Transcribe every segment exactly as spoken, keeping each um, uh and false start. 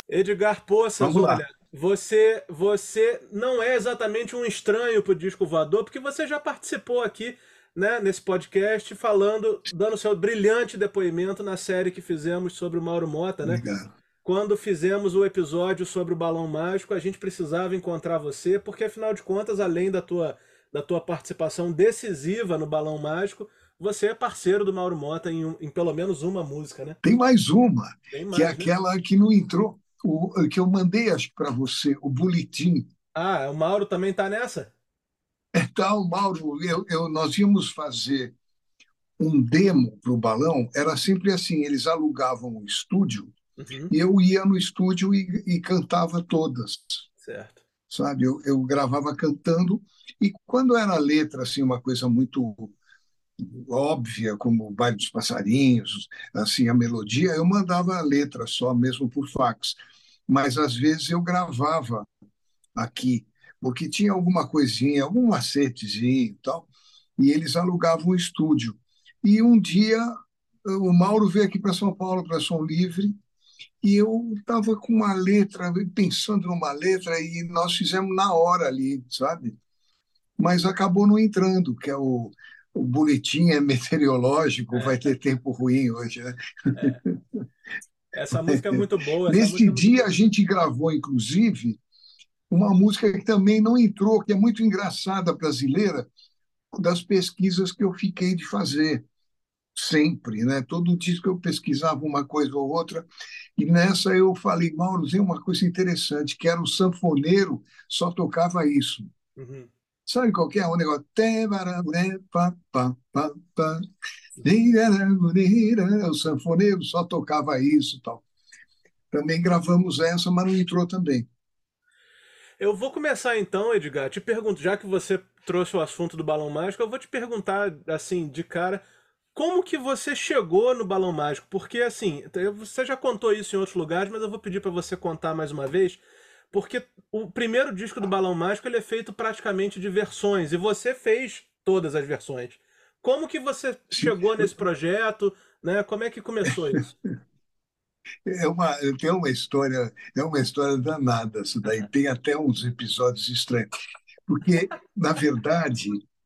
Edgar Poças, Vamos olha, lá. você, você não é exatamente um estranho para o Disco Voador, porque você já participou aqui, né, nesse podcast, falando, dando seu brilhante depoimento na série que fizemos sobre o Mauro Mota, né? Obrigado. Quando fizemos o episódio sobre o Balão Mágico, a gente precisava encontrar você, porque afinal de contas, além da tua, da tua participação decisiva no Balão Mágico, você é parceiro do Mauro Mota em, um- em pelo menos uma música, né? Tem mais uma, Tem que é mais uma. aquela que não entrou, o, que eu mandei para você, o boletim. Ah, o Mauro também tá nessa? Então, Mauro, eu, eu, nós íamos fazer um demo para o balão, era sempre assim: eles alugavam um estúdio Uhum, e eu ia no estúdio e, e cantava todas, certo. sabe? Eu, eu gravava cantando, e quando era letra, assim, uma coisa muito óbvia, como o Baile dos Passarinhos, assim, a melodia, eu mandava a letra só, mesmo por fax. Mas às vezes eu gravava aqui, porque tinha alguma coisinha, algum macetezinho e tal, e eles alugavam um estúdio. E um dia o Mauro veio aqui para São Paulo, para Som Livre, e eu estava com uma letra, pensando numa letra, e nós fizemos na hora ali, sabe? Mas acabou não entrando, que é o, o boletim é meteorológico, vai É, ter tempo ruim hoje, né? é. Essa música é muito boa, essa música Nesse é muito dia boa a mesmo. gente gravou, inclusive, uma música que também não entrou, que é muito engraçada, brasileira, das pesquisas que eu fiquei de fazer sempre, né? Todo disco eu pesquisava uma coisa ou outra, e nessa eu falei, Mauro, tem uma coisa interessante, que era o sanfoneiro, só tocava isso. Uhum, Sabe qual que é? O negócio. uhum. O sanfoneiro só tocava isso, tal. Também gravamos essa, mas não entrou também. Eu vou começar então, Edgar. Te pergunto, já que você trouxe o assunto do Balão Mágico, eu vou te perguntar, assim, de cara, como que você chegou no Balão Mágico? Porque, assim, você já contou isso em outros lugares, mas eu vou pedir para você contar mais uma vez, porque o primeiro disco do Balão Mágico ele é feito praticamente de versões, e você fez todas as versões. Como que você Sim, chegou nesse projeto, né? Como é que começou isso? é uma, tem uma história, é uma história danada isso daí. Tem até uns episódios estranhos. Porque, na verdade,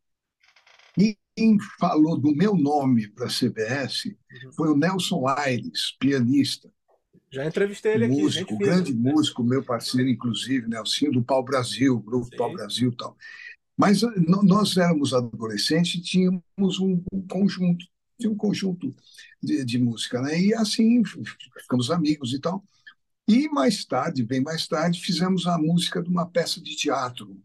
quem falou do meu nome para a C B S Uhum. foi o Nelson Aires, pianista, Já entrevistei ele aqui, gente músico, fina. grande músico, meu parceiro, inclusive, Nelsinho, do Pau Brasil, Grupo Pau Sim. Brasil e tal. Mas eh, nós éramos adolescentes e tínhamos um, um conjunto, tinha um conjunto de, de música, né? E assim ficamos amigos e tal. E mais tarde, bem mais tarde, fizemos a música de uma peça de teatro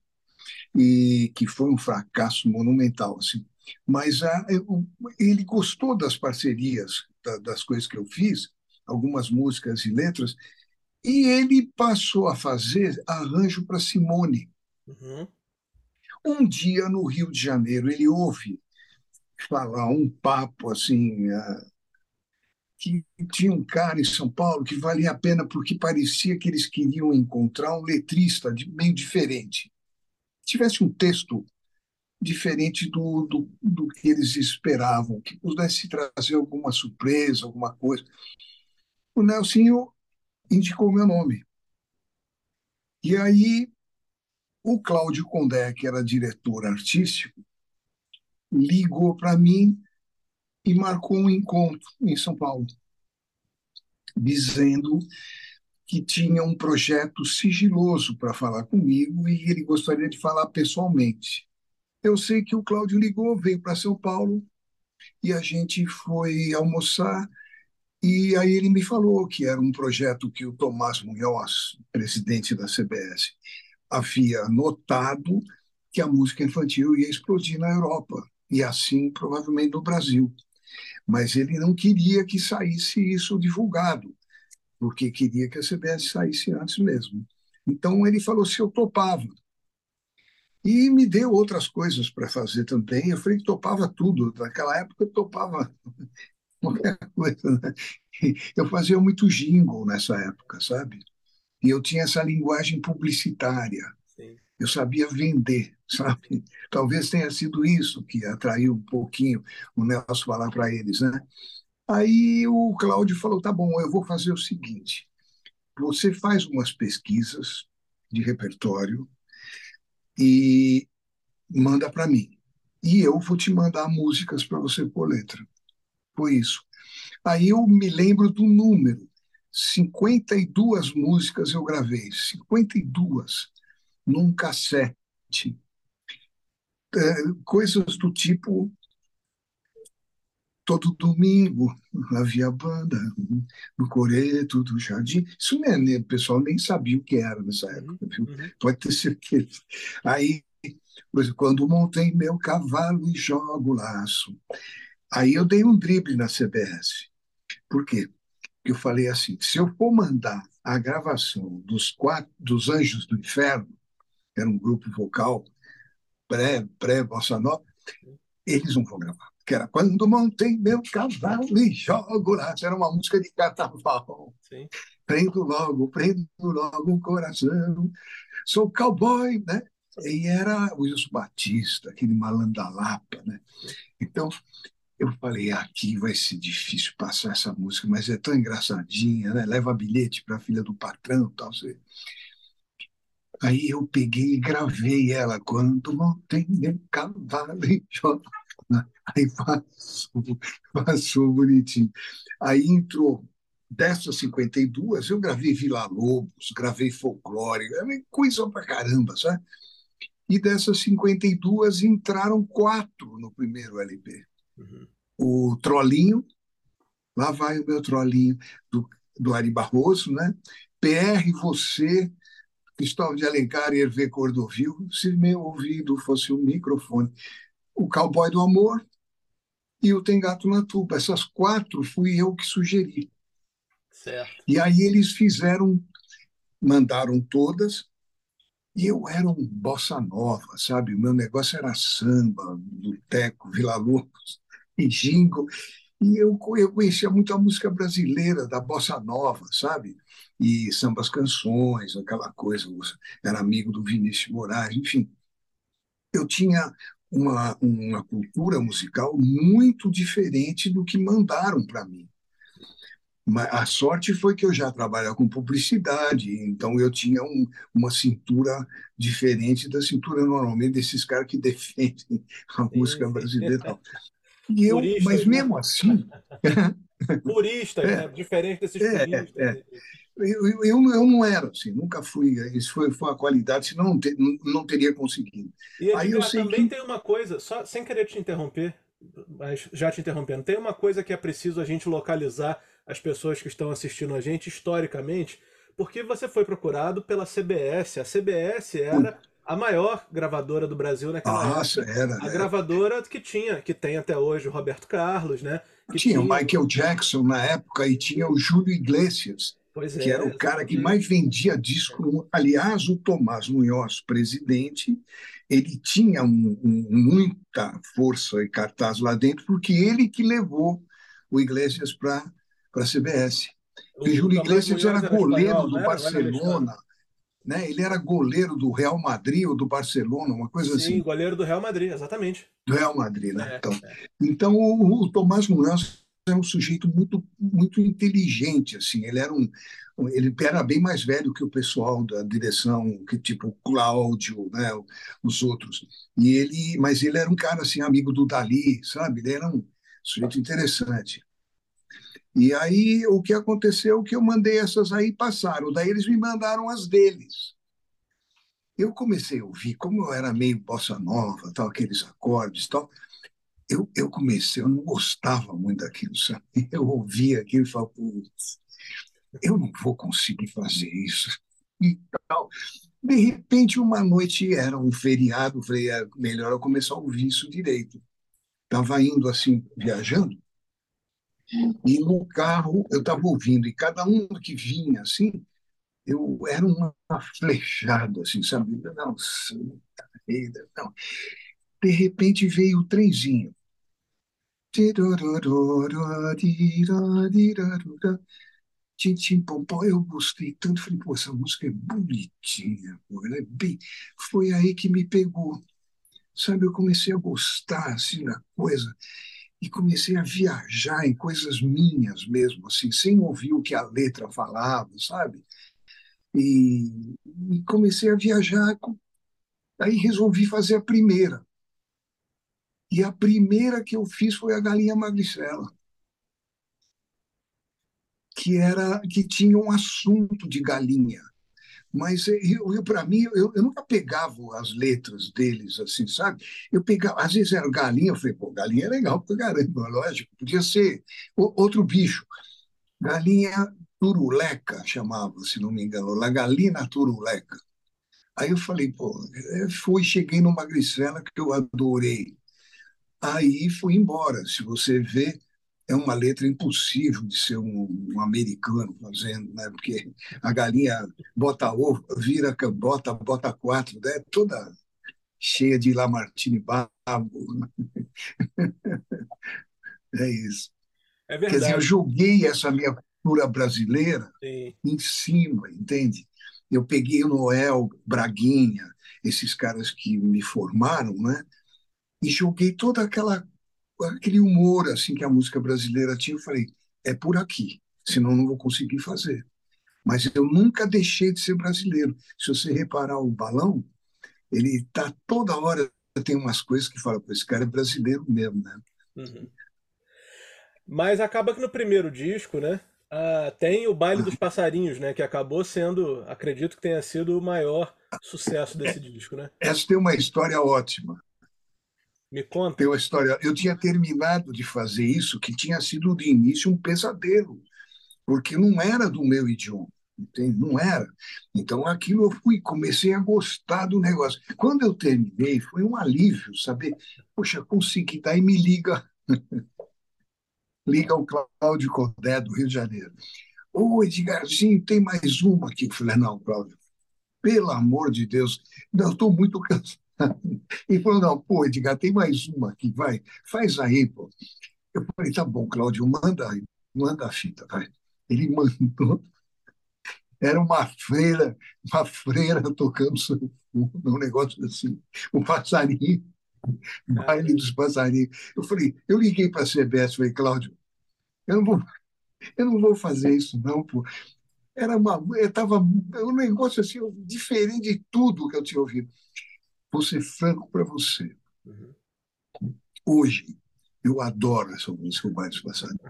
e que foi um fracasso monumental, assim. Mas a, eu, ele gostou das parcerias, da, das coisas que eu fiz, algumas músicas e letras, e ele passou a fazer arranjo para Simone. Uhum. Um dia no Rio de Janeiro, ele ouve falar um papo assim, ah, que tinha um cara em São Paulo que valia a pena porque parecia que eles queriam encontrar um letrista de, meio diferente. Tivesse um texto diferente do, do, do que eles esperavam, que pudesse trazer alguma surpresa, alguma coisa. O Nelsinho indicou meu nome. E aí o Cláudio Condé, que era diretor artístico, ligou para mim e marcou um encontro em São Paulo, dizendo que tinha um projeto sigiloso para falar comigo e ele gostaria de falar pessoalmente. Eu sei que o Cláudio ligou, veio para São Paulo e a gente foi almoçar. E aí ele me falou que era um projeto que o Tomás Munhoz, presidente da C B S, havia notado que a música infantil ia explodir na Europa e assim provavelmente no Brasil. Mas ele não queria que saísse isso divulgado, porque queria que a C B S saísse antes mesmo. Então ele falou se eu topava. E me deu outras coisas para fazer também. Eu falei que topava tudo. Naquela época eu topava qualquer coisa, né? Eu fazia muito jingle nessa época, sabe? E eu tinha essa linguagem publicitária. Sim. Eu sabia vender, sabe? Talvez tenha sido isso que atraiu um pouquinho o Nelson falar para eles, né? Aí o Cláudio falou: tá bom, eu vou fazer o seguinte. você faz umas pesquisas de repertório e manda para mim. E eu vou te mandar músicas para você pôr letra. Foi isso. Aí eu me lembro do número. cinquenta e duas músicas eu gravei, cinquenta e duas num cassete. É, coisas do tipo, todo domingo havia banda no coreto do jardim. Isso né, né, o pessoal nem sabia o que era nessa Uhum, época, viu? uhum, Pode ter certeza. Aí, por exemplo, quando montei meu cavalo e jogo laço. Aí eu dei um drible na C B S. Por quê? Porque eu falei assim, se eu for mandar a gravação dos quatro dos Anjos do Inferno, que era um grupo vocal pré, pré-bossa nova, eles não vão gravar. Que era Quando Montei Meu Cavalo e Jogo Laço. Era uma música de carnaval. sim. Prendo logo, prendo logo o coração. Sou cowboy, né? E era o Wilson Batista, aquele malandro da Lapa, né? Então, eu falei, aqui vai ser difícil passar essa música, mas é tão engraçadinha, né? Leva bilhete para a filha do patrão, tal. Aí eu peguei e gravei ela quando montei meu cavalo e jogo. Aí passou, passou bonitinho. Aí entrou dessas cinquenta e duas, eu gravei Vila Lobos, gravei folclore, gravei coisa pra caramba, sabe? E dessas cinquenta e duas entraram quatro no primeiro L P. Uhum. O Trolinho, lá vai o meu Trolinho, do, do Ari Barroso, né? P R Você, Cristóvão de Alencar e Hervé Cordovil, se meu ouvido fosse um microfone. O Cowboy do Amor e o Tem Gato na Tuba. Essas quatro fui eu que sugeri. Certo. E aí eles fizeram, mandaram todas, e eu era um bossa nova, sabe? O meu negócio era samba, boteco, Vila Lobos e jingle. E eu, eu conhecia muito a música brasileira, da bossa nova, sabe? E sambas canções, aquela coisa. Era amigo do Vinícius Moraes, enfim. Eu tinha uma, uma cultura musical muito diferente do que mandaram para mim. Mas a sorte foi que eu já trabalhava com publicidade, então eu tinha um, uma cintura diferente da cintura normalmente desses caras que defendem a Sim, música sim. brasileira. E eu, mas Puristas, né? mesmo assim, Puristas, né? é, Diferente desses é, puristas é, aí. eu, eu, eu não era assim, nunca fui. Isso foi, foi uma qualidade, senão não, te, não, não teria conseguido. E Aí eu Edgar, sei também que. tem uma coisa, só sem querer te interromper, mas já te interrompendo, tem uma coisa que é preciso a gente localizar as pessoas que estão assistindo a gente historicamente, porque você foi procurado pela C B S. A C B S Fui. era a maior gravadora do Brasil naquela Nossa, época. era, A era. gravadora que tinha, que tem até hoje o Roberto Carlos, né? Que Tinha o tinha. Michael Jackson na época e tinha o Júlio Iglesias, Pois que era é, o cara que exatamente. mais vendia disco. no- Aliás, o Tomás Munhoz, presidente, ele tinha um- um- muita força e cartaz lá dentro, porque ele que levou o Iglesias para a C B S. Porque O Júlio Tomás Iglesias era Munhoz era goleiro espanhol, do não era? Ou era mexicano? Barcelona, né? Ele era goleiro do Real Madrid ou do Barcelona, uma coisa Sim, assim. goleiro do Real Madrid, exatamente. Do Real Madrid, né? É, Então, é. então o, o Tomás Munhoz é um sujeito muito muito inteligente, assim. Ele era um ele era bem mais velho que o pessoal da direção, que tipo o Cláudio, né? Os outros. E ele, mas ele era um cara assim amigo do Dali, sabe? Ele era um sujeito interessante. E aí o que aconteceu é que eu mandei essas aí passaram. Daí eles me mandaram as deles. Eu comecei a ouvir, como eu era meio bossa nova, tal, aqueles acordes, tal. eu, eu comecei, eu não gostava muito daquilo, sabe? Eu ouvia aquilo e falava, "Putz, eu não vou conseguir fazer isso." E tal. De repente, uma noite era um feriado, falei, é melhor eu começar a ouvir isso direito. Estava indo assim, viajando, e no carro eu estava ouvindo, e cada um que vinha assim, eu era uma flechada, assim, sabe? Nossa, não. De repente veio o trenzinho. Tim, tim, pom, pom. Eu gostei tanto, falei, pô, essa música é bonitinha, pô, ela é bem. Foi aí que me pegou, sabe? Eu comecei a gostar assim da coisa. e comecei a viajar em coisas minhas mesmo, assim, sem ouvir o que a letra falava, sabe? E, e comecei a viajar. Aí resolvi fazer a primeira. E a primeira que eu fiz foi a Galinha Magricela, que era que tinha um assunto de galinha. Mas eu, eu para mim, eu, eu nunca pegava as letras deles, assim, sabe? Eu pegava, às vezes era galinha, eu falei, pô, galinha é legal pra caramba, lógico, podia ser o- outro bicho. Galinha turuleca chamava, se não me engano, La Galina Turuleca. Aí eu falei, pô, eh, fui, cheguei no Magricela que eu adorei. Aí fui embora. Se você vê, é uma letra impossível de ser um, um americano fazendo, né? Porque a galinha bota ovo, vira, bota, bota quatro, né? Toda cheia de Lamartine Babo. É isso. É Quer dizer, eu verdade. joguei essa minha cultura brasileira Sim. em cima, entende? Eu peguei o Noel, Braguinha, esses caras que me formaram, né? E joguei toda aquela aquele humor assim que a música brasileira tinha. Eu falei, é por aqui, senão eu não vou conseguir fazer. Mas eu nunca deixei de ser brasileiro. Se você reparar o Balão, ele tá toda hora tem umas coisas que fala, pô, esse cara é brasileiro mesmo, né? Uhum. Mas acaba que no primeiro disco, né? Ah, tem o Baile dos Passarinhos, né? Que acabou sendo, acredito que tenha sido o maior sucesso desse disco, né? Essa tem uma história ótima. Me Tem conta. uma história. Eu tinha terminado de fazer isso, que tinha sido de início um pesadelo, porque não era do meu idioma, entende? Não era. Então aquilo eu fui, comecei a gostar do negócio. Quando eu terminei, foi um alívio saber, poxa, consegui, daí me liga, liga o Cláudio Codé do Rio de Janeiro. Ô, Edgarzinho, tem mais uma aqui. Eu falei, não, Cláudio, pelo amor de Deus, não, estou muito cansado. Ele falou, não, pô, Edgar, tem mais uma aqui, vai, faz aí, pô. Eu falei, tá bom, Cláudio, manda aí, manda a fita, vai. Ele mandou. Era uma freira, uma freira tocando sanfona, um negócio assim, um passarinho, baile Caramba. dos passarinhos. Eu falei, eu liguei para a C B S, falei, Cláudio, eu não vou, eu não vou fazer isso não, pô. Era uma, eu tava um negócio assim diferente de tudo que eu tinha ouvido. Vou ser franco para você. Uhum. Hoje eu adoro essa música, o Baile dos Passarinhos.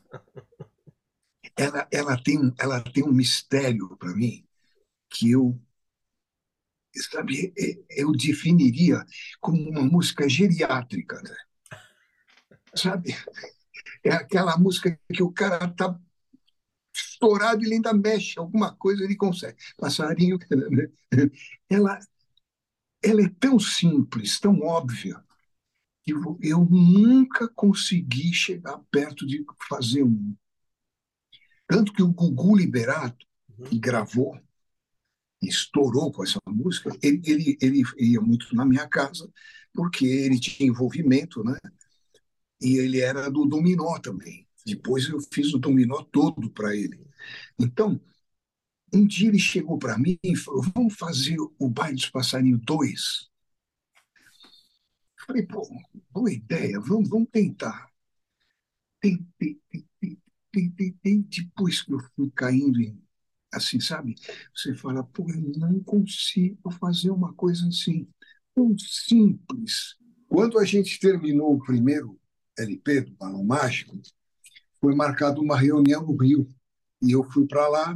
Ela, ela tem, ela tem um mistério para mim que eu sabe, eu definiria como uma música geriátrica, né? Sabe? É aquela música que o cara tá estourado e ele ainda mexe alguma coisa, ele consegue. Passarinho, né? ela, ela é tão simples, tão óbvia, que eu, eu nunca consegui chegar perto de fazer um. Tanto que o Gugu Liberato, Uhum. que gravou, estourou com essa música, ele, ele, ele ia muito na minha casa, porque ele tinha envolvimento, né? E ele era do dominó também. Sim. Depois eu fiz o dominó todo para ele. Então, um dia ele chegou para mim e falou: vamos fazer o Baile dos Passarinhos dois. Falei, pô, boa ideia, vamos, vamos tentar. Tentei, tentei, tentei, tentei. Depois que eu fui caindo em, assim, sabe? Você fala, pô, eu não consigo fazer uma coisa assim, tão simples. Quando a gente terminou o primeiro L P do Balão Mágico, foi marcada uma reunião no Rio. E eu fui para lá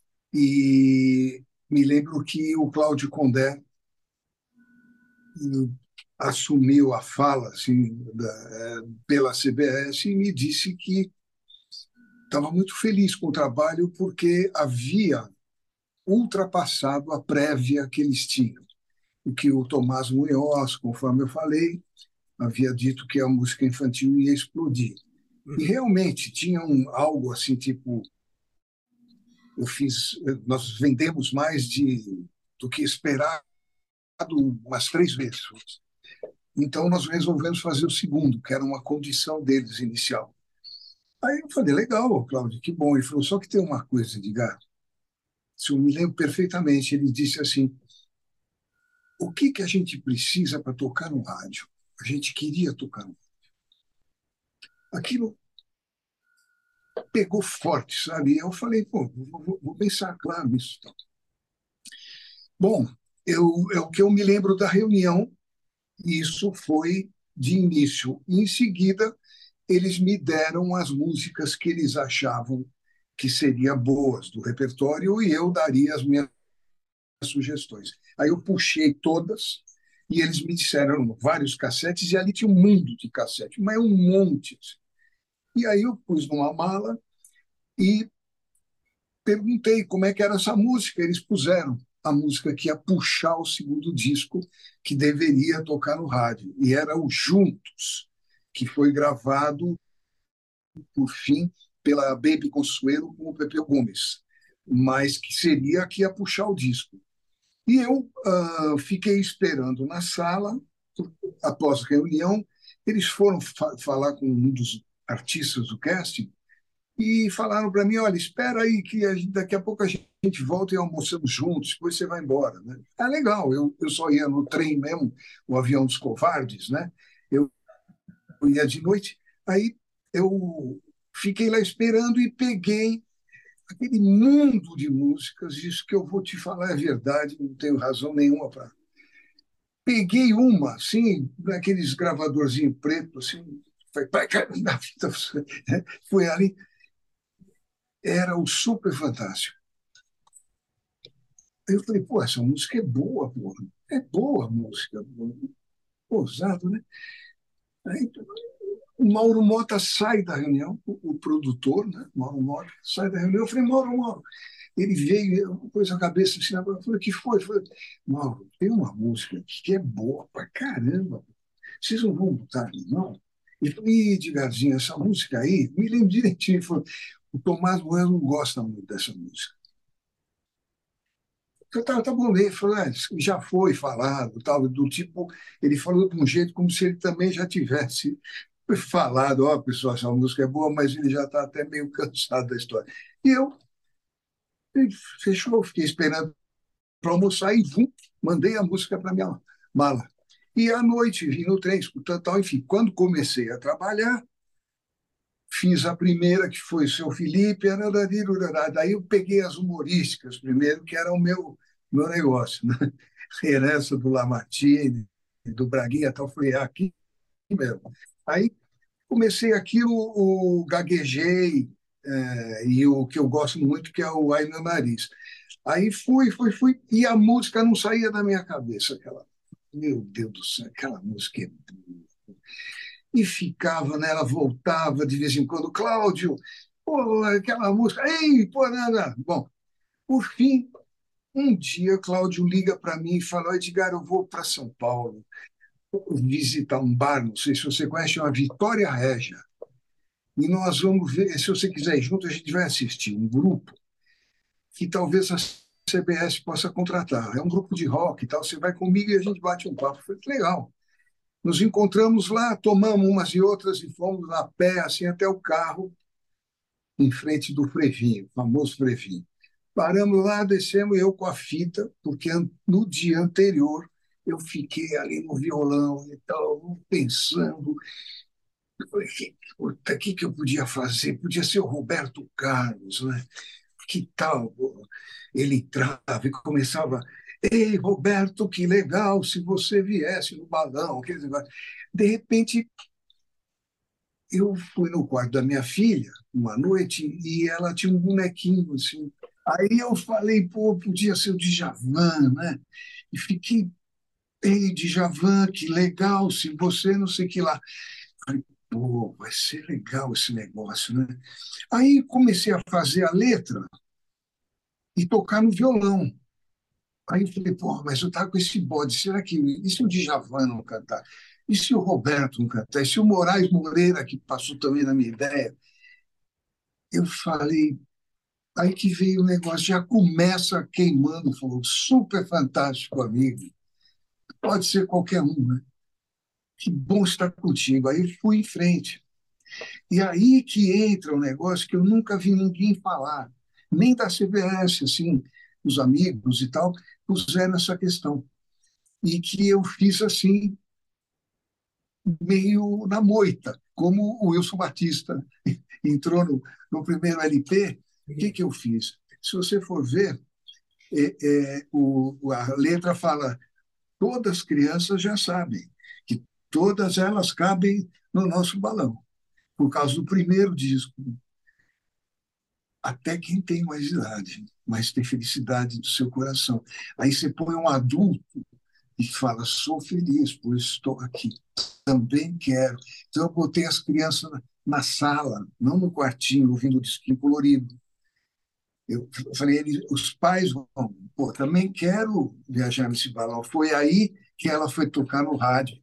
e me lembro que o Cláudio Condé hum, assumiu a fala assim, da, eh, pela C B S e me disse que estava muito feliz com o trabalho porque havia ultrapassado a prévia que eles tinham. O que o Tomás Munhoz, conforme eu falei, havia dito que a música infantil ia explodir. E Uhum. realmente tinha um, algo assim, tipo, eu fiz, nós vendemos mais de, do que esperado umas três vezes. Então nós resolvemos fazer o segundo, que era uma condição deles inicial. Aí eu falei, legal, Cláudio, que bom. Ele falou, só que tem uma coisa, Edgar, se eu me lembro perfeitamente, ele disse assim, o que, que a gente precisa para tocar no rádio? A gente queria tocar no rádio. aquilo pegou forte, sabe? Eu falei, pô, vou, vou- vou pensar, claro, nisso. Bom, eu, é o que eu me lembro da reunião, e isso foi de início. Em seguida, eles me deram as músicas que eles achavam que seriam boas do repertório e eu daria as minhas sugestões. Aí eu puxei todas e eles me disseram vários cassetes e ali tinha um mundo de cassete, mas um monte. E aí eu pus numa mala e perguntei como é que era essa música. Eles puseram a música que ia puxar o segundo disco que deveria tocar no rádio. E era o Juntos, que foi gravado, por fim, pela Baby Consuelo com o Pepeu Gomes, mas que seria a que ia puxar o disco. E eu uh, fiquei esperando na sala, após a reunião, eles foram fa falar com um dos artistas do casting e falaram para mim, olha, espera aí que a gente, daqui a pouco a gente volta e almoçamos juntos, depois você vai embora. Né? Ah, legal, eu, eu só ia no trem mesmo, o avião dos covardes, né? Eu ia de noite, aí eu fiquei lá esperando e peguei aquele mundo de músicas, isso que eu vou te falar é verdade, não tenho razão nenhuma para. Peguei uma, assim, daqueles gravadorzinhos preto, assim, foi, foi ali, era o Super Fantástico. Aí eu falei, pô, essa música é boa, porra. É boa a música, ousado, né? Aí o Mauro Mota sai da reunião, o, o produtor, né? Mauro Mota, sai da reunião. Eu falei, Mauro, Mauro. Ele veio, pôs a cabeça assim, eu falei, o que foi? Eu falei, Mauro, tem uma música aqui que é boa pra caramba. Vocês não vão botar ali, não? Ele falou, ih, Edgarzinho, essa música aí, me lembro direitinho. Ele falou, o Tomás Moura não gosta muito dessa música. Eu estava, tá bom, ele falou, ah, já foi falado, tal, do tipo, ele falou de um jeito como se ele também já tivesse falado, ó, oh, pessoal, essa música é boa, mas ele já está até meio cansado da história. E eu, ele fechou, fiquei esperando para almoçar e vum, mandei a música para minha mala. E à noite vim no trem, escutando tal, enfim, quando comecei a trabalhar, fiz a primeira, que foi o Seu Felipe, daí eu peguei as humorísticas primeiro, que era o meu, meu negócio, né? Herança do Lamartine, do Braguinha, tal, falei, ah, aqui mesmo. Aí comecei aquilo, o gaguejei, é, e o que eu gosto muito, que é o Ai Meu Nariz. Aí fui, fui, fui, e a música não saía da minha cabeça, aquela, meu Deus do céu, aquela música é boa. E ficava nela, voltava de vez em quando, Cláudio, pô, aquela música, ei, pô, nada. Bom, por fim, um dia, Cláudio liga para mim e fala, Edgar, eu vou para São Paulo visitar um bar, não sei se você conhece, chama Vitória Régia, e nós vamos ver, se você quiser ir junto, a gente vai assistir um grupo que talvez a C B S possa contratar. É um grupo de rock e tal, você vai comigo e a gente bate um papo. Foi legal. Nos encontramos lá, tomamos umas e outras e fomos a pé, assim, até o carro, em frente do Frevinho, o famoso Frevinho. Paramos lá, descemos, eu com a fita, porque no dia anterior eu fiquei ali no violão e tal, pensando, o que, que eu podia fazer? Podia ser o Roberto Carlos, né? Que tal? Ele entrava e começava, ei, Roberto, que legal se você viesse no balão. De repente, eu fui no quarto da minha filha uma noite e ela tinha um bonequinho assim. Aí eu falei, pô, podia ser o Djavan, né? E fiquei, ei, Djavan, que legal, se você não sei o que lá. Falei, pô, vai ser legal esse negócio, né? Aí comecei a fazer a letra e tocar no violão. Aí eu falei, pô, mas eu tava com esse bode, será que. E se o Djavan não cantar? E se o Roberto não cantar? E se o Moraes Moreira, que passou também na minha ideia? Eu falei, aí que veio o negócio, já começa queimando fogo, super fantástico, amigo. Pode ser qualquer um, né? Que bom estar contigo. Aí fui em frente. E aí que entra um negócio que eu nunca vi ninguém falar, nem da C B S, assim, os amigos e tal, puseram essa questão. E que eu fiz assim, meio na moita. como o Wilson Batista entrou no, no primeiro L P, o que, Uhum. que eu fiz? Se você for ver, é, é, o, a letra fala: todas as crianças já sabem que todas elas cabem no nosso balão, por causa do primeiro disco. Até quem tem mais idade, mas tem felicidade do seu coração. Aí você põe um adulto e fala: sou feliz, pois estou aqui. Também quero. Então eu botei as crianças na, na sala, não no quartinho, ouvindo o disquinho colorido. Eu falei: eles, os pais vão, pô, também quero viajar nesse balão. Foi aí que ela foi tocar no rádio.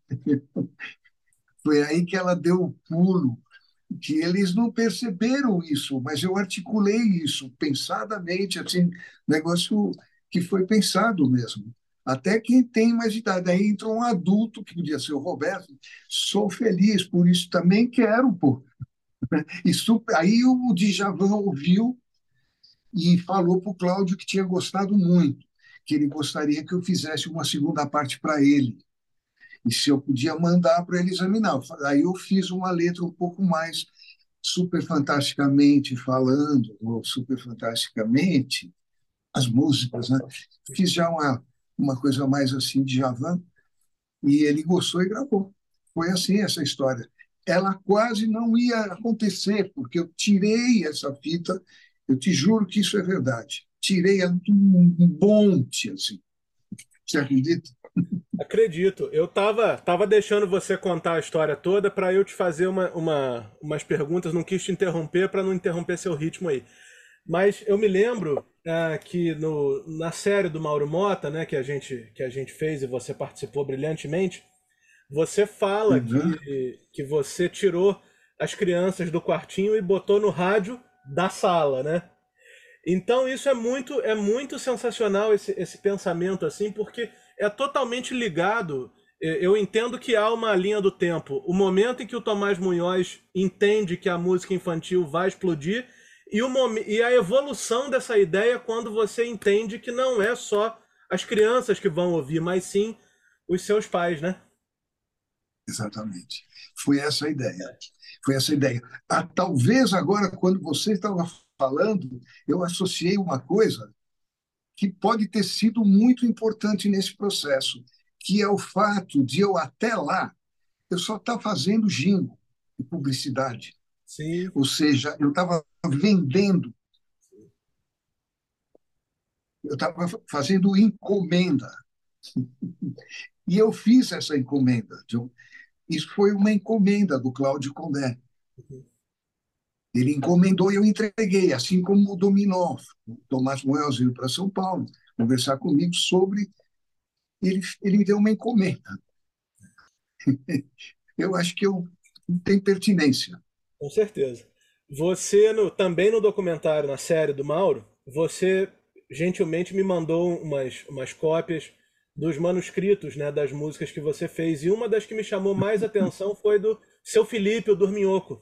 Foi aí que ela deu o pulo, que eles não perceberam isso, mas eu articulei isso pensadamente, assim, negócio que foi pensado mesmo. Até quem tem mais idade. Aí entra um adulto, que podia ser o Roberto: sou feliz, por isso também quero, pô. Isso, aí o Djavan ouviu e falou para o Cláudio que tinha gostado muito, que ele gostaria que eu fizesse uma segunda parte para ele, e se eu podia mandar para ele examinar. Aí eu fiz uma letra um pouco mais super fantasticamente falando, ou super fantasticamente, as músicas, né? Fiz já uma, uma coisa mais assim de Javan, e ele gostou e gravou. Foi assim essa história. Ela quase não ia acontecer, porque eu tirei essa fita, eu te juro que isso é verdade. Tirei ela de um monte, assim. Você acredita? Acredito. Eu tava, tava deixando você contar a história toda para eu te fazer uma, uma- umas perguntas. Não quis te interromper para não interromper seu ritmo aí. Mas eu me lembro ah, que no, na série do Mauro Mota, né, que a gente, que a gente fez e você participou brilhantemente, você fala Uhum. que, que você tirou as crianças do quartinho e botou no rádio da sala, né? Então isso é muito é muito sensacional esse, esse pensamento assim, porque é totalmente ligado. eh, Eu entendo que há uma linha do tempo. O momento em que o Tomás Munhoz entende que a música infantil vai explodir e, o momen- e a evolução dessa ideia quando você entende que não é só as crianças que vão ouvir, mas sim os seus pais, né? Exatamente. Foi essa a ideia. Foi essa a ideia. Ah, talvez agora, quando você estava falando, eu associei uma coisa que pode ter sido muito importante nesse processo, que é o fato de eu até lá, eu só estar fazendo jingle e publicidade. Sim. Ou seja, eu estava vendendo, eu estava fazendo encomenda. E eu fiz essa encomenda. Isso foi uma encomenda do Cláudio Condé. Ele encomendou e eu entreguei, assim como o Dominó. O Tomás Moel veio para São Paulo conversar comigo sobre. Ele, ele me deu uma encomenda. Eu acho que eu tem pertinência. Com certeza. Você, no- também no documentário, na série do Mauro, você gentilmente me mandou umas, umas cópias dos manuscritos, né, das músicas que você fez. E uma das que me chamou mais atenção foi do Seu Felipe, o Dorminhoco.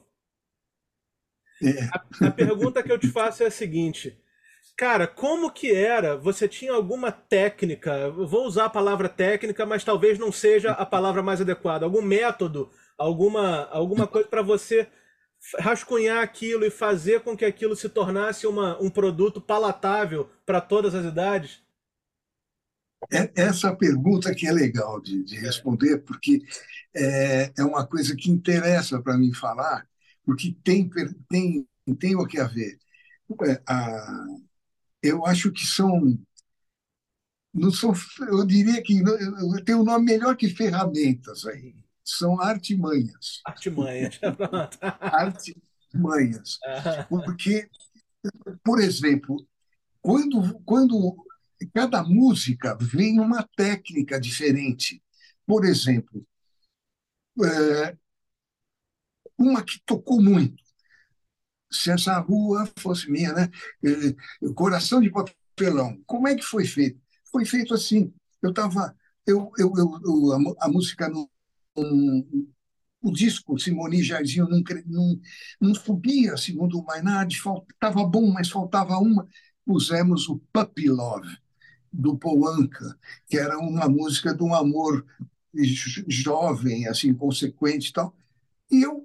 É, A pergunta que eu te faço é a seguinte: cara, como que era? Você tinha alguma técnica? Eu vou usar a palavra técnica, mas talvez não seja a palavra mais adequada. Algum método, alguma, alguma coisa para você rascunhar aquilo e fazer com que aquilo se tornasse uma, um produto palatável para todas as idades? é essa pergunta que é legal de, de responder, porque é, é uma coisa que interessa para mim falar, porque tem, tem, tem o que a ver. É, a, eu acho que são não são, eu diria que tem um nome melhor que ferramentas aí. São artimanhas. Artimanhas. Pronto. Artimanhas. Ah, Porque, por exemplo, quando, quando cada música vem uma técnica diferente. Por exemplo, é, uma que tocou muito, se essa rua fosse minha, né? É, Coração de Papelão. Como é que foi feito? Foi feito assim. Eu estava. Eu, eu, eu, eu, a, a música não, o disco Simone e Jairzinho não, não, não subia, segundo o Mainardi, estava bom, mas faltava uma. Pusemos o Puppy Love, do Paul Anka, que era uma música de um amor jovem, assim, consequente e tal. E eu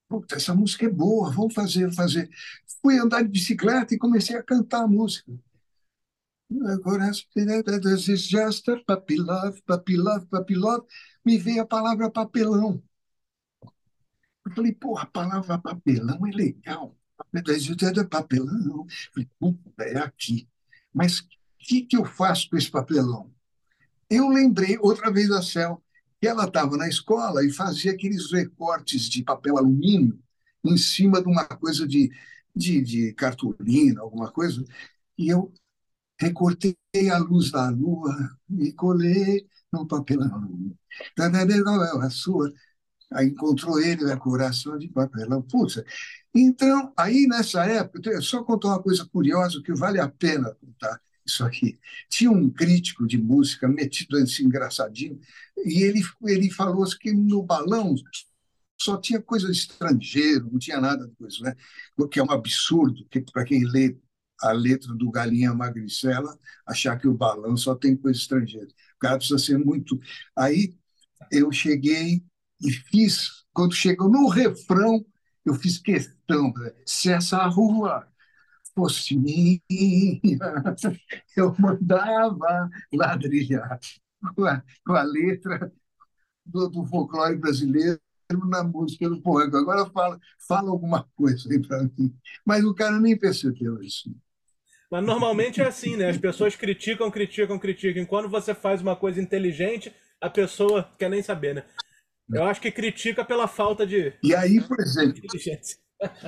Puta, essa música é boa, vamos fazer, fazer. Fui andar de bicicleta e comecei a cantar a música. Agora, this is just a puppy love, puppy love, puppy love. Me veio a palavra papelão. Eu falei, pô, a palavra papelão é legal. Papelão. Falei, puta, é aqui. Mas o que, que eu faço com esse papelão? Eu lembrei outra vez da Cel, que ela estava na escola e fazia aqueles recortes de papel alumínio em cima de uma coisa de, de, de cartolina, alguma coisa, e eu recortei a luz da lua e colei no papel alumínio. A sua. Aí encontrou ele, né, coração de papelão. Puxa. Então, aí nessa época, eu só contar uma coisa curiosa que vale a pena contar isso aqui. Tinha um crítico de música metido assim, engraçadinho, e ele, ele falou assim que no balão só tinha coisa de estrangeiro, não tinha nada de coisa, né? O que é um absurdo, que para quem lê a letra do Galinha Magricela, achar que o balão só tem coisa estrangeira. O cara precisa ser muito. Aí eu cheguei e fiz, quando chegou no refrão, eu fiz questão, né? Se essa rua fosse minha, eu mandava ladrilhar com a, com a letra do, do folclore brasileiro na música do poema. Agora fala, fala alguma coisa aí para mim. Mas o cara nem percebeu isso. Mas normalmente é assim, né? As pessoas criticam, criticam, criticam. E quando você faz uma coisa inteligente, a pessoa quer nem saber, né? Eu acho que critica pela falta de E aí, por exemplo, inteligência.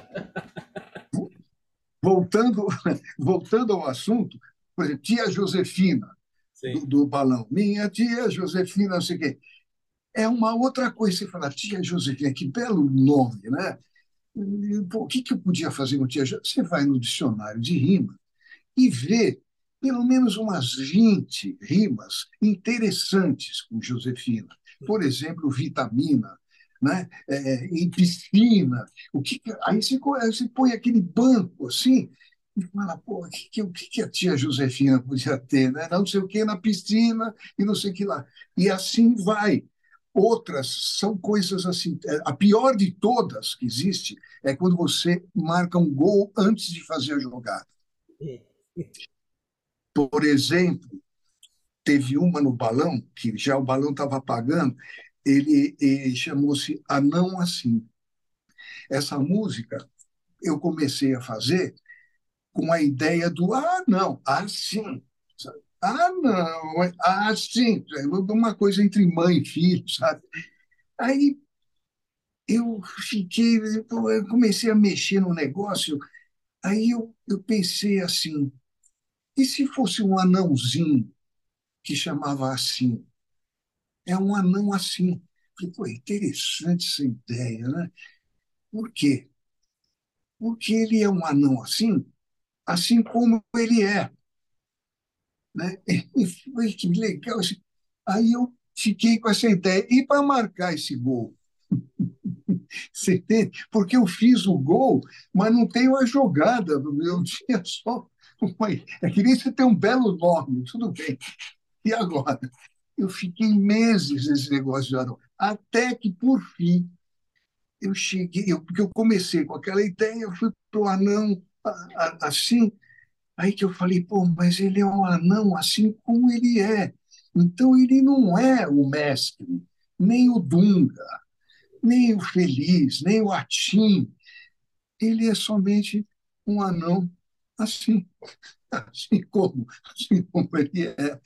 voltando, voltando ao assunto, por exemplo, tia Josefina, Sim. do, do balão. Minha tia Josefina, não sei o quê. É uma outra coisa. Você fala, tia Josefina, que belo nome, né? Pô, o que, que eu podia fazer com tia Josefina? Você vai no dicionário de rima e vê pelo menos umas vinte rimas interessantes com Josefina. Por exemplo, vitamina, né? É, em piscina. O que, aí você, você põe aquele banco assim e fala, pô, o que, o que a tia Josefina podia ter? Né? Não sei o que na piscina e não sei o que lá. E assim vai. Outras são coisas assim. A pior de todas que existe é quando você marca um gol antes de fazer a jogada. Por exemplo, teve uma no balão, que já o balão estava apagando, ele, ele chamou-se Anão Assim. Essa música eu comecei a fazer com a ideia do ah, não, assim. Ah, não, ah, sim. Uma coisa entre mãe e filho, sabe? Aí eu fiquei, eu comecei a mexer no negócio, aí eu, eu pensei assim, e se fosse um anãozinho que chamava assim? É um anão assim. Falei, pô, interessante essa ideia, né? Por quê? Porque ele é um anão assim, assim como ele é, né? E foi que legal. Aí eu fiquei com essa ideia. E para marcar esse gol? Você entende? Porque eu fiz o gol, mas não tenho a jogada. Eu tinha só uma... É que nem você ter um belo nome, tudo bem. E agora? Eu fiquei meses nesse negócio de anão. Até que, por fim, eu cheguei, eu, porque eu comecei com aquela ideia, eu fui para o anão a, a, assim, aí que eu falei, pô, mas ele é um anão assim como ele é. Então ele não é o mestre, nem o Dunga, nem o Feliz, nem o Atim. Ele é somente um anão assim, assim como, assim como ele é.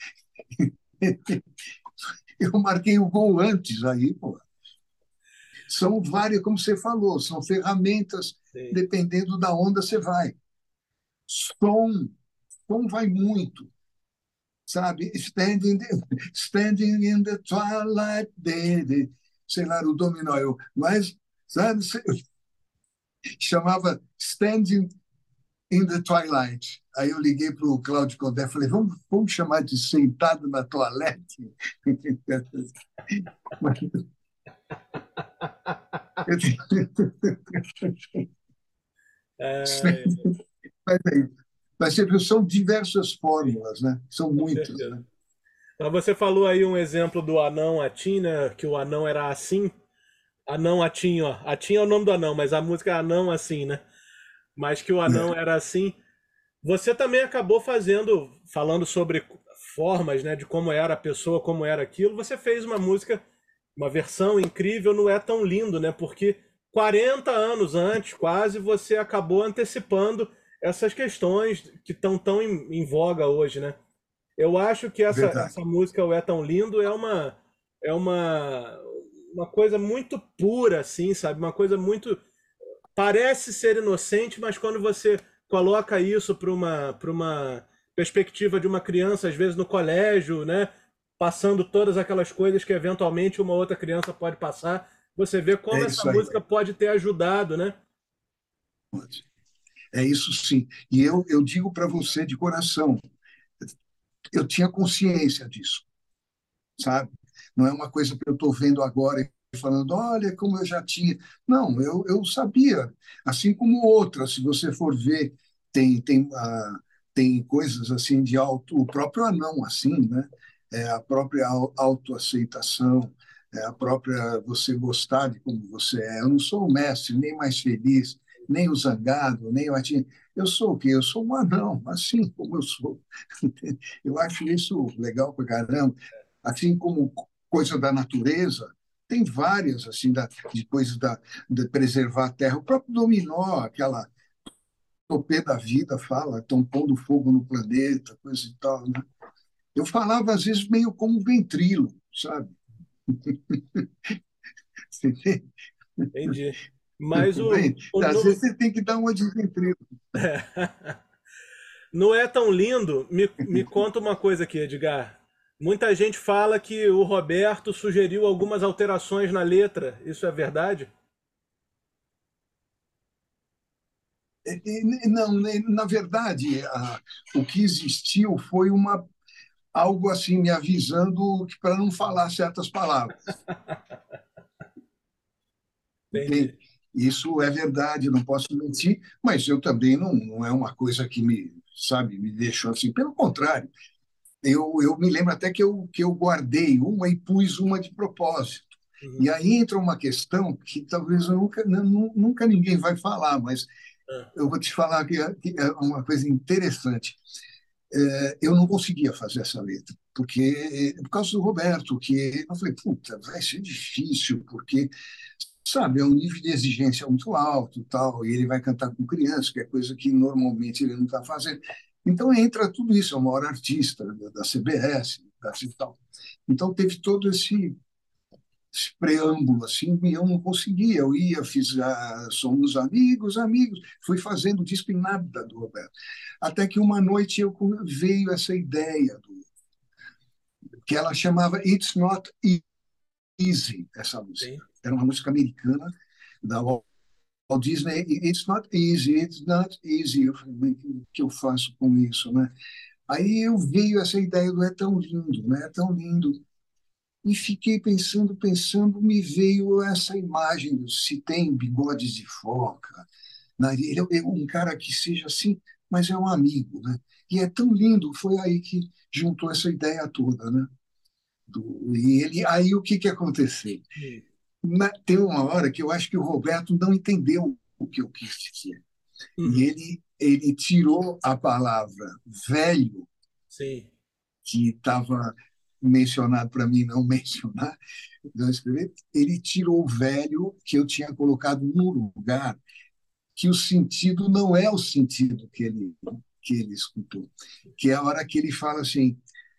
Eu marquei o gol antes aí, pô. São várias, como você falou, são ferramentas, Sim. dependendo da onda você vai. Som, som vai muito, sabe? Standing, standing in the twilight, day, day. Sei lá, o dominó, eu, mas, sabe, chamava Standing in the Twilight. Aí eu liguei para o Cláudio Condé e falei, vamos, vamos chamar de Sentado na Toalete? É, Mas sempre são diversas fórmulas, né? São com muitas, certeza. né? Mas você falou aí um exemplo do anão Atim, né? Que o anão era assim. Anão Atim, ó. Atim é o nome do anão, mas a música é Anão assim, né? Mas que o anão É, era assim. Você também acabou fazendo, falando sobre formas, né, de como era a pessoa, como era aquilo. Você fez uma música, uma versão incrível, não é tão lindo, né? Porque quarenta anos antes, quase, você acabou antecipando essas questões que estão tão em, em voga hoje, né? Eu acho que essa, verdade. essa música O É Tão Lindo é uma é uma uma coisa muito pura, assim, sabe? Uma coisa muito parece ser inocente, mas quando você coloca isso para uma, para uma perspectiva de uma criança, às vezes no colégio, né, passando todas aquelas coisas que eventualmente uma outra criança pode passar, você vê como É essa isso aí. música pode ter ajudado, né? É isso sim. E eu, eu digo para você de coração, eu tinha consciência disso, sabe? Não é uma coisa que eu estou vendo agora e falando, olha como eu já tinha. Não, eu, eu sabia, assim como outras, se você for ver, tem, tem, ah, tem coisas assim de auto, o próprio anão, assim, né? É a própria au- autoaceitação, é a própria você gostar de como você é. Eu não sou o mestre, nem mais feliz, nem o zangado, nem o atinho. Eu sou o quê? Eu sou um anão, assim como eu sou. Eu acho isso legal pra caramba. Assim como coisa da natureza, tem várias assim da, de coisas da, de preservar a terra. O próprio dominó, aquela topê da vida fala, estão pondo fogo no planeta, coisa e tal, né? Eu falava às vezes meio como ventrilo, sabe? Entendi. Mas o, Bem, o às no, vezes você tem que dar uma de ventrilo. não é tão lindo. Me, me conta uma coisa aqui, Edgar. Muita gente fala que o Roberto sugeriu algumas alterações na letra. Isso é verdade? Não, na verdade, a, o que existiu foi uma algo assim me avisando que para não falar certas palavras. Entende? Entendi. Isso é verdade, não posso mentir, mas eu também não, não é uma coisa que me, sabe, me deixou assim. Pelo contrário, eu, eu me lembro até que eu, que eu guardei uma e pus uma de propósito. Uhum. E aí entra uma questão que talvez eu nunca, nu- nunca ninguém vai falar, mas Ah, eu vou te falar que é, que é uma coisa interessante. É, eu não conseguia fazer essa letra, porque por causa do Roberto, que eu falei, puta, vai ser difícil, porque sabe, é um nível de exigência muito alto, tal, e ele vai cantar com criança, que é coisa que normalmente ele não está fazendo. Então entra tudo isso, é o maior artista da, da C B S, da e tal. Então teve todo esse, esse preâmbulo assim, e eu não conseguia. Eu ia, fiz, ah, somos amigos, amigos, fui fazendo disco e nada do Roberto. Até que uma noite eu veio essa ideia do, que ela chamava It's Not Easy, essa música. sim. Era uma música americana da Walt Disney. It's not easy, it's not easy. Eu falei, mas o que eu faço com isso, né? Aí eu veio essa ideia do é tão lindo, né? É tão lindo. E fiquei pensando, pensando, me veio essa imagem, se tem bigodes de foca, né? Ele é um cara que seja assim, mas é um amigo, né? E é tão lindo, foi aí que juntou essa ideia toda, né? Do, e ele, aí o que que aconteceu? Hum. Na, tem uma hora que eu acho que o Roberto não entendeu o que eu quis dizer. E Uhum. ele, ele tirou a palavra velho, Sim. que estava mencionado para mim não mencionar, não escrever, ele tirou o velho que eu tinha colocado no lugar, que o sentido não é o sentido que ele, que ele escutou, que é a hora que ele fala assim,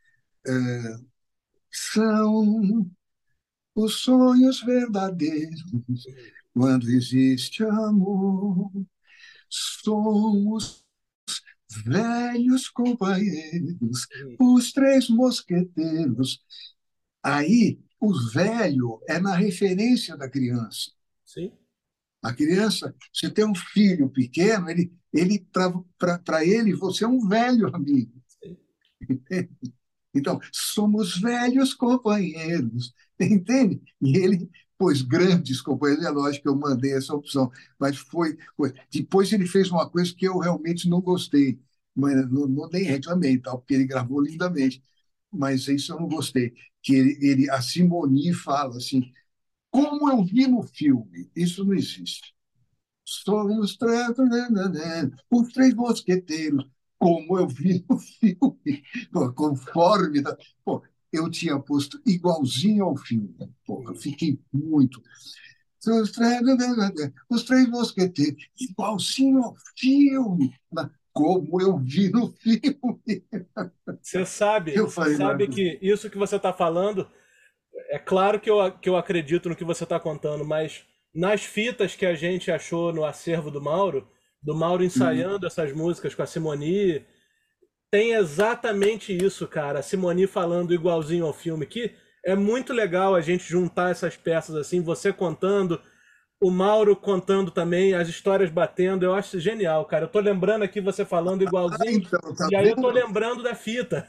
são os sonhos verdadeiros quando existe amor. Somos velhos companheiros, Uhum. os três mosqueteiros. Aí, o velho é na referência da criança. Sim. A criança, você tem um filho pequeno, ele, ele para ele, você é um velho amigo. Sim. Então, somos velhos companheiros, entende? E ele pôs grandes companheiros, é lógico que eu mandei essa opção, mas foi, foi. Depois ele fez uma coisa que eu realmente não gostei, mas não, não nem reclamei, tal, porque ele gravou lindamente, mas isso eu não gostei, que ele, ele a Simone fala assim, como eu vi no filme, isso não existe. Somos três, né, né, né, os três mosqueteiros, como eu vi no filme, pô, conforme. Da- Pô, eu tinha posto igualzinho ao filme. Pô, eu fiquei muito. Os três, né, né, né, os três mosqueteiros, igualzinho ao filme, né, como eu vi no filme. Você sabe, Eu você falei, não é sabe que possível. isso que você está falando, é claro que eu, que eu acredito no que você está contando, mas nas fitas que a gente achou no acervo do Mauro, do Mauro Hum. ensaiando essas músicas com a Simone, tem exatamente isso, cara. A Simone falando igualzinho ao filme, que é muito legal a gente juntar essas peças assim, você contando, o Mauro contando também, as histórias batendo. Eu acho genial, cara. Eu tô lembrando aqui você falando Ah, igualzinho, então, tá e aí eu tô vendo? lembrando da fita.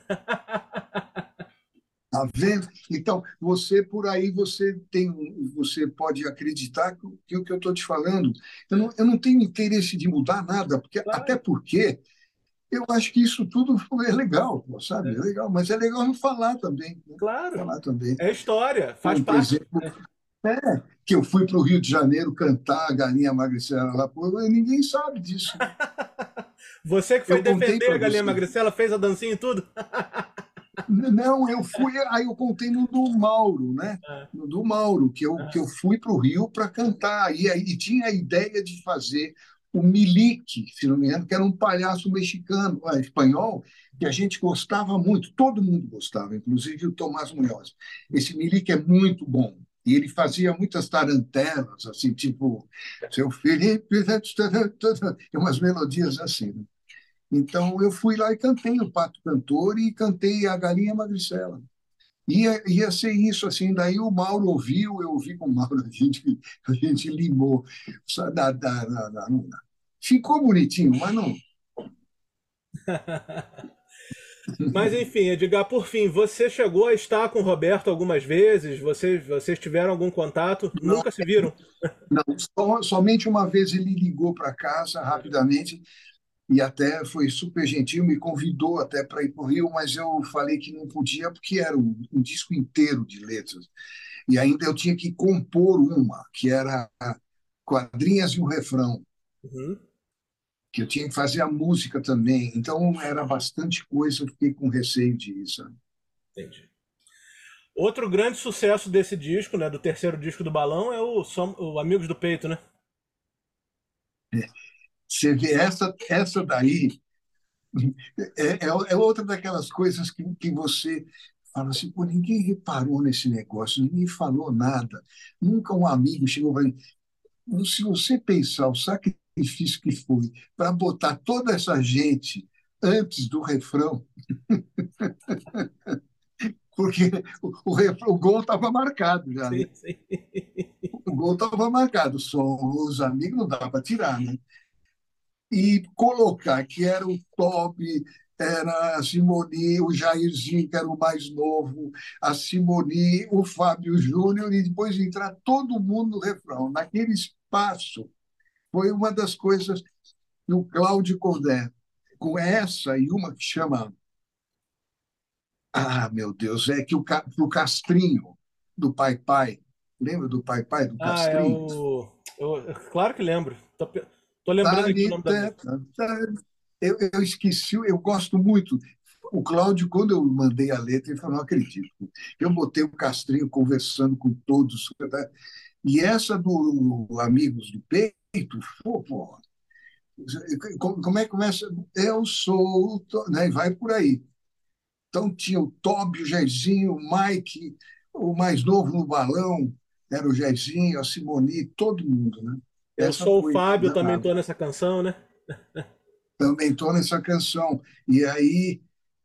Tá vendo? Então, você por aí, você tem, você pode acreditar que, o- que o que eu estou te falando, eu não, eu não tenho interesse de mudar nada, porque até Claro, porque eu acho que isso tudo é legal, pô, sabe? É legal, mas é legal não falar também, né? claro. Falar também. É história, faz Como, por parte. exemplo, é, que eu fui para o Rio de Janeiro cantar a Galinha Magricela lá, pô, ninguém sabe disso, né? Você que foi Eu contei defender para a Galinha você. Magricela, fez a dancinha e tudo? Não, eu fui, aí eu contei no do Mauro, né? Ah, No do Mauro, que eu, que ah, eu fui para o Rio para cantar. E, aí- e tinha a ideia de fazer o Milique, se não me engano, que era um palhaço mexicano, ah, espanhol, que a gente gostava muito, todo mundo gostava, inclusive o Tomás Munhoz. Esse Milique é muito bom. E ele fazia muitas tarantelas, assim, tipo, seu Felipe, umas melodias assim, né? Então, eu fui lá e cantei o Pato Cantor e cantei a Galinha Magricela. Ia, ia ser isso, assim, daí o Mauro ouviu, eu ouvi com o Mauro, a gente, a gente limou. Só da, da, da, da- não dá. Ficou bonitinho, mas não. mas enfim, Edgar, por fim, você chegou a estar com o Roberto algumas vezes? Vocês, vocês tiveram algum contato? Não, Nunca se viram? não. Só- somente uma vez ele ligou para casa rapidamente e até foi super gentil, me convidou até para ir para o Rio, mas eu falei que não podia porque era um, um disco inteiro de letras. E ainda eu tinha que compor uma, que era quadrinhas e um refrão, Uhum, que eu tinha que fazer a música também. Então era bastante coisa, eu fiquei com receio disso. entendi. Outro grande sucesso desse disco, né, do terceiro disco do Balão, é o, Som- o Amigos do Peito, né? Você vê essa, essa daí, é, é, é outra daquelas coisas que, que você fala assim, pô, ninguém reparou nesse negócio, ninguém falou nada. Nunca um amigo chegou para mim. Se você pensar o sacrifício que foi para botar toda essa gente antes do refrão, porque o, o, refrão- o gol estava marcado já, né? Sim, sim. O gol estava marcado, só os amigos não dá para tirar, né? E colocar que era o top, era a Simoni, o Jairzinho, que era o mais novo, a Simoni, o Fábio Júnior, e depois entrar todo mundo no refrão. Naquele espaço, foi uma das coisas que o Cláudio Cordé, com essa e uma que chama. Ah, meu Deus, é que o, Ca- o Castrinho, do Pai Pai, lembra do Pai Pai, do Ah, é Castrinho? o. eu- claro que lembro. Tô, pe- tô lembrando aqui o Tali, nome da tá, música. tá, tá. Eu, eu esqueci, eu gosto muito. O Cláudio, quando eu mandei a letra, ele falou: não acredito. Eu botei o Castrinho conversando com todos. Tá? E essa do Amigos do Peito, pô, pô, como é que começa? Eu sou, o To- né? E vai por aí. Então tinha o Toby, o Jairzinho, o Mike, o mais novo no balão, era o Jairzinho, a Simoni, todo mundo, né? Eu Essa sou o foi Fábio, também danada. tô nessa canção, né? Também estou nessa canção. E aí,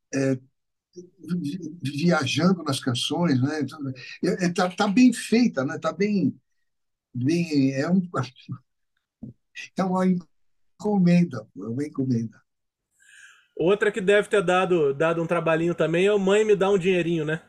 vi- viajando nas canções, né? Então, é, é, tá, tá bem feita, né? Tá bem, bem é, um, é uma encomenda, pô, é uma encomenda. Outra que deve ter dado, dado um trabalhinho também é o Mãe Me Dá um Dinheirinho, né?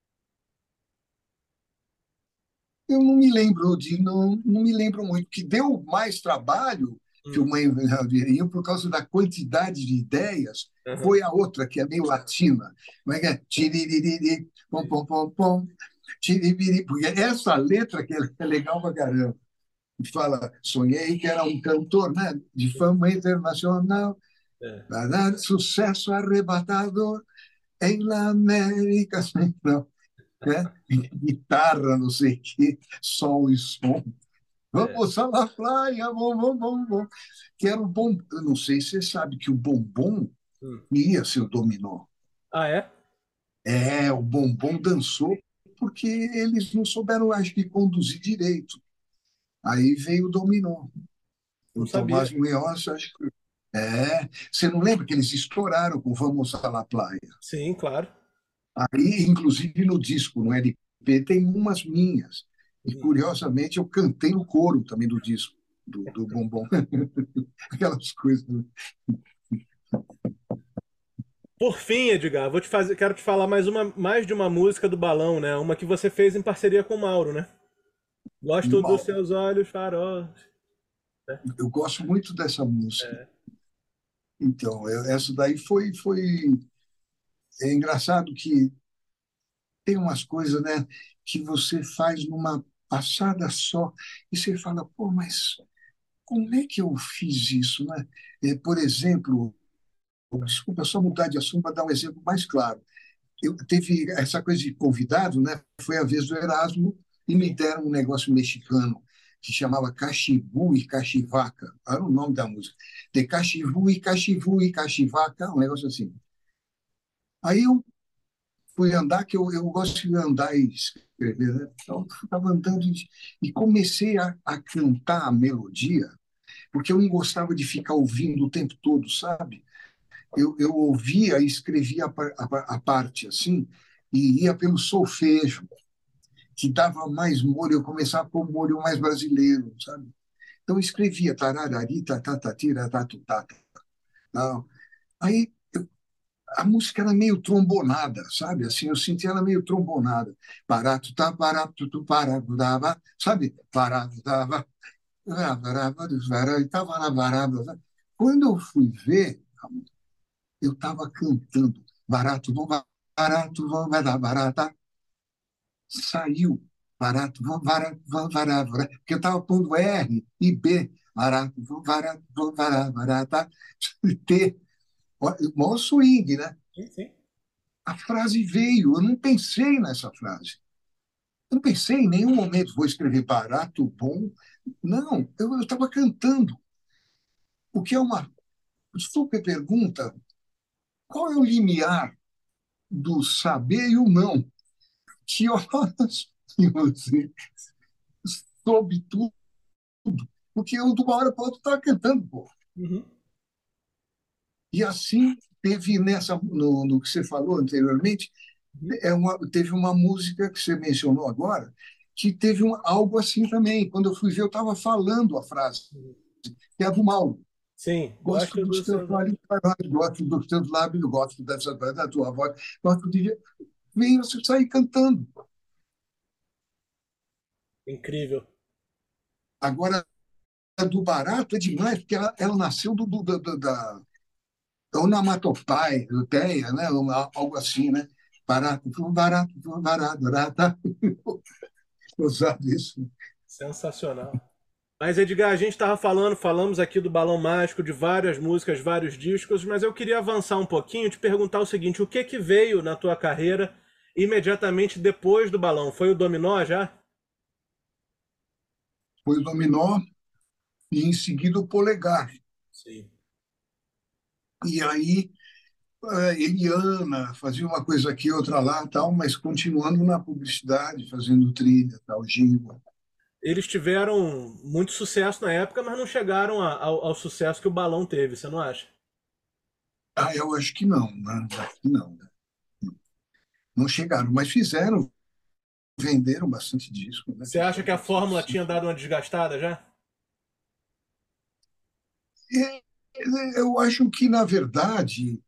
Eu não me lembro de, não, não me lembro muito, que deu mais trabalho que o Hum, Mãe Engenharia por causa da quantidade de ideias, aham. foi a outra, que é meio latina. Como é que é? Tiririri, pom, pom, pom, pom. Tiribiri, porque essa letra que é legal pra caramba. Fala, sonhei que era um cantor, né, de fama internacional, É, para dar sucesso arrebatador em la América Central, né? Guitarra, não sei o quê, sol e som. é. Vamos a la playa, bom, bom, bom, bom. Que era o bom. Eu não sei se você sabe que o bombom Hum. ia ser o dominó. Ah, é? É, o bombom dançou porque eles não souberam, acho que, conduzir direito. Aí veio o dominó. Não O Tomás sabia. Munhoz, acho que. É. Você não lembra que eles estouraram com Vamos a la Playa? Sim, claro. Aí, inclusive no disco, no L P, tem umas minhas. E, Hum. curiosamente, eu cantei no coro também do disco, do, do Bombom. Aquelas coisas. Por fim, Edgar, vou te fazer, quero te falar mais uma, mais de uma música do Balão, né? Uma que você fez em parceria com o Mauro, né? Gosto dos Mal. seus olhos faróis. Né? Eu gosto muito dessa música. É. Então, eu- essa daí foi, foi. É engraçado que tem umas coisas, né, que você faz numa passada só e você fala, pô, mas como é que eu fiz isso, né? Eh, Por exemplo, desculpa só mudar de assunto para dar um exemplo mais claro. Eu teve essa coisa de convidado, né? Foi a vez do Erasmo e me Sim. deram um negócio mexicano que chamava Cachibu e Cachivaca. Era o nome da música. De Cachibu e Cachivu e Cachivaca, um negócio assim. Aí eu fui andar, que eu, eu gosto de andar e escrever, né? Então, eu estava andando e, e comecei a, a cantar a melodia, porque eu não gostava de ficar ouvindo o tempo todo, sabe? Eu, eu ouvia e escrevia a, par- a, par- a parte assim, e ia pelo solfejo, que dava mais molho, eu começava a pôr molho mais brasileiro, sabe? Então eu escrevia tararari, tatatatira, tatutata. Tal. Aí a música era meio trombonada, sabe? Assim, eu sentia ela meio trombonada. Paratu, tá, paratu, tu, paratu, dava, sabe? Paratu, dava, quando eu fui ver, eu estava cantando barato, vão barato, vão vai dar barata. Saiu barato, vão barato, vão barato, porque eu estava pondo R e B, barato, vão barato, vão barato, barata, T, maior swing, né? Sim, sim. A frase veio, eu não pensei nessa frase. Eu não pensei em nenhum momento, vou escrever barato, bom. Não, eu estava cantando. O que é uma super pergunta: qual é o limiar do saber e o não? Que horas que você soube tudo? Porque eu, de uma hora para outra, estava cantando, pô. Uhum. E assim, teve nessa, no, no que você falou anteriormente, Uhum. é uma, teve uma música que você mencionou agora, que teve um, algo assim também. Quando eu fui ver, eu estava falando a frase, Uhum. que é a do Mauro. Sim, Gosto gosto dos dos teus seus olhos. olhos, gosto dos teus lábios, gosto dessa, da tua voz, gosto de. Vem você sair cantando. Incrível. Agora, a do barato é demais, porque ela, ela nasceu do, do, da, da onomatopeia, né? Uma- algo assim, né? Barato, barato, barato, barato. Usado isso. Sensacional. Mas, Edgar, a gente estava falando, falamos aqui do Balão Mágico, de várias músicas, vários discos, mas eu queria avançar um pouquinho e te perguntar o seguinte: o que que veio na tua carreira imediatamente depois do Balão? Foi o Dominó já? Foi o dominó e em seguida o polegar. Sim. E aí, eh, Eliana fazia uma coisa aqui, outra lá, tal, mas continuando na publicidade, fazendo trilha, tal, jingle. Eles tiveram muito sucesso na época, mas não chegaram a- ao, ao sucesso que o Balão teve, você não acha? Ah, eu acho que não, né? Acho que não. Não chegaram, mas fizeram, venderam bastante disco, né? Você acha Fizeram que a bastante fórmula tinha disco. dado uma desgastada já? E, eu acho que, na verdade,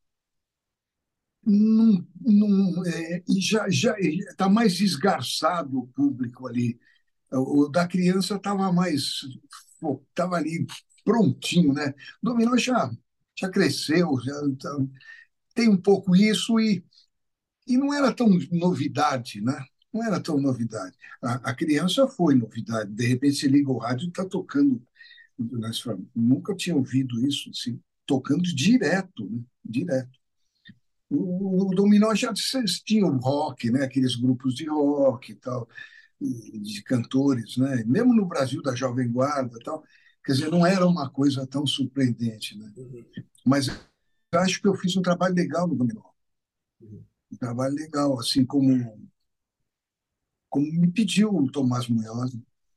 não, não, é, e já já está mais esgarçado o público ali. O da criança estava mais, estava ali prontinho, né? O Dominó já já cresceu, já tá- tem um pouco isso e, e não era tão novidade, né? não era tão novidade. A, a criança foi novidade. De repente, você liga o rádio e está tocando. Nós falamos, nunca tinha ouvido isso, assim, tocando direto, né? Direto. O, o Dominó já tinha o rock, né? Aqueles grupos de rock e tal, de cantores, né? Mesmo no Brasil da Jovem Guarda e tal. Quer dizer, não era uma coisa tão surpreendente, né? Uhum, Mas eu acho que eu fiz um trabalho legal no Dominó. uhum. Um trabalho legal, assim como, como me pediu o Tomás Munhoz.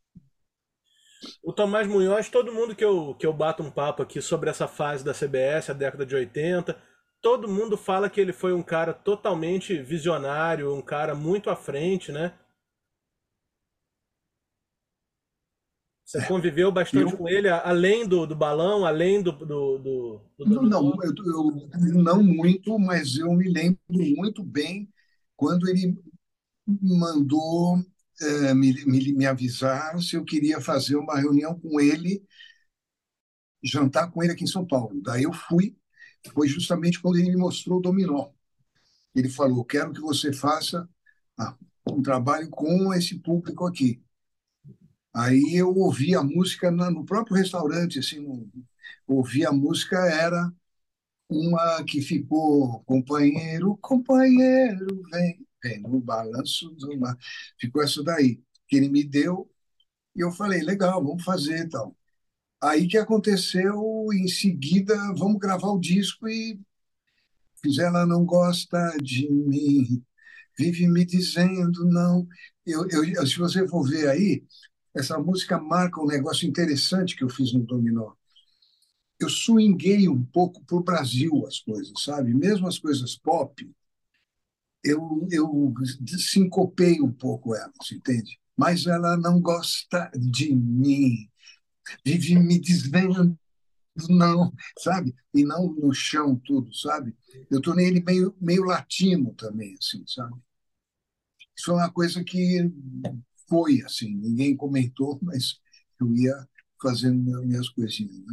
O Tomás Munhoz, todo mundo que eu, que eu bato um papo aqui sobre essa fase da C B S, a década de oitenta, todo mundo fala que ele foi um cara totalmente visionário, um cara muito à frente, né? Você conviveu bastante com Eu ele, a- além do, do balão, além do, do, do, do não, dominó? não, eu, eu não muito, mas eu me lembro muito bem quando ele mandou eh, me, me, me avisar se eu queria fazer uma reunião com ele, jantar com ele aqui em São Paulo. Daí eu fui, foi justamente quando ele me mostrou o dominó. Ele falou: quero que você faça ah, um trabalho com esse público aqui. Aí eu ouvi a música na, no próprio restaurante, assim, no, ouvi a música, era uma que ficou companheiro, companheiro, vem, vem no balanço do mar. Ficou essa daí, que ele me deu, e eu falei, legal, vamos fazer e tal. Aí que aconteceu, em seguida, vamos gravar o disco e fiz Ela Não Gosta de Mim, vive me dizendo não. Eu, eu, se você for ver aí, essa música marca um negócio interessante que eu fiz no Dominó. Eu swinguei um pouco para o Brasil as coisas, sabe? Mesmo as coisas pop, eu, eu sincopei um pouco elas, entende? Mas ela não gosta de mim, vive me dizendo não, sabe? E não no chão tudo, sabe? Eu tornei ele meio, meio latino também, assim, sabe? Isso é uma coisa que foi, assim, ninguém comentou, mas eu ia fazendo minhas coisinhas, né?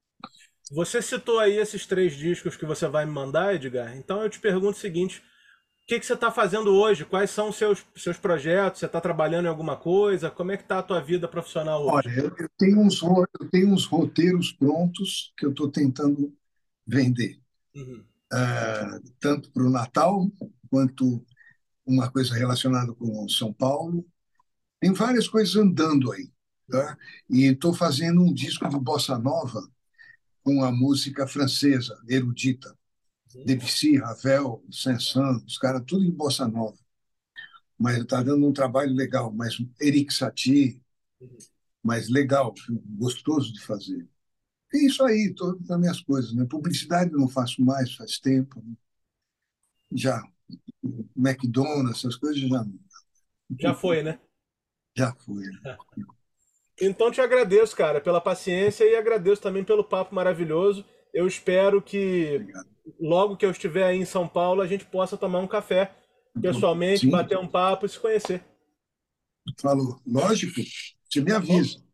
Você citou aí esses três discos que você vai me mandar, Edgar. Então eu te pergunto o seguinte: o que que você está fazendo hoje? Quais são os seus, seus projetos? Você está trabalhando em alguma coisa? Como é que está a tua vida profissional Olha, hoje? eu, eu tenho uns, ro- eu tenho uns roteiros prontos que eu estou tentando vender, Uhum. ah, tanto para o Natal quanto uma coisa relacionada com São Paulo. Tem várias coisas andando aí, tá? E estou fazendo um disco de bossa nova com a música francesa, erudita. Uhum. Debussy, Ravel, Saint-Saëns, os caras tudo em bossa nova. Mas está dando um trabalho legal, mas Eric Satie, mas legal, gostoso de fazer. É isso aí, todas as minhas coisas, né? Publicidade eu não faço mais, faz tempo, né? Já McDonald's, essas coisas já Já foi, né? já foi, né? Então te agradeço, cara, pela paciência e agradeço também pelo papo maravilhoso. Eu espero que Obrigado. logo que eu estiver aí em São Paulo a gente possa tomar um café pessoalmente, Sim, bater um papo e se conhecer. falou. Lógico, você me Tá bom? avisa.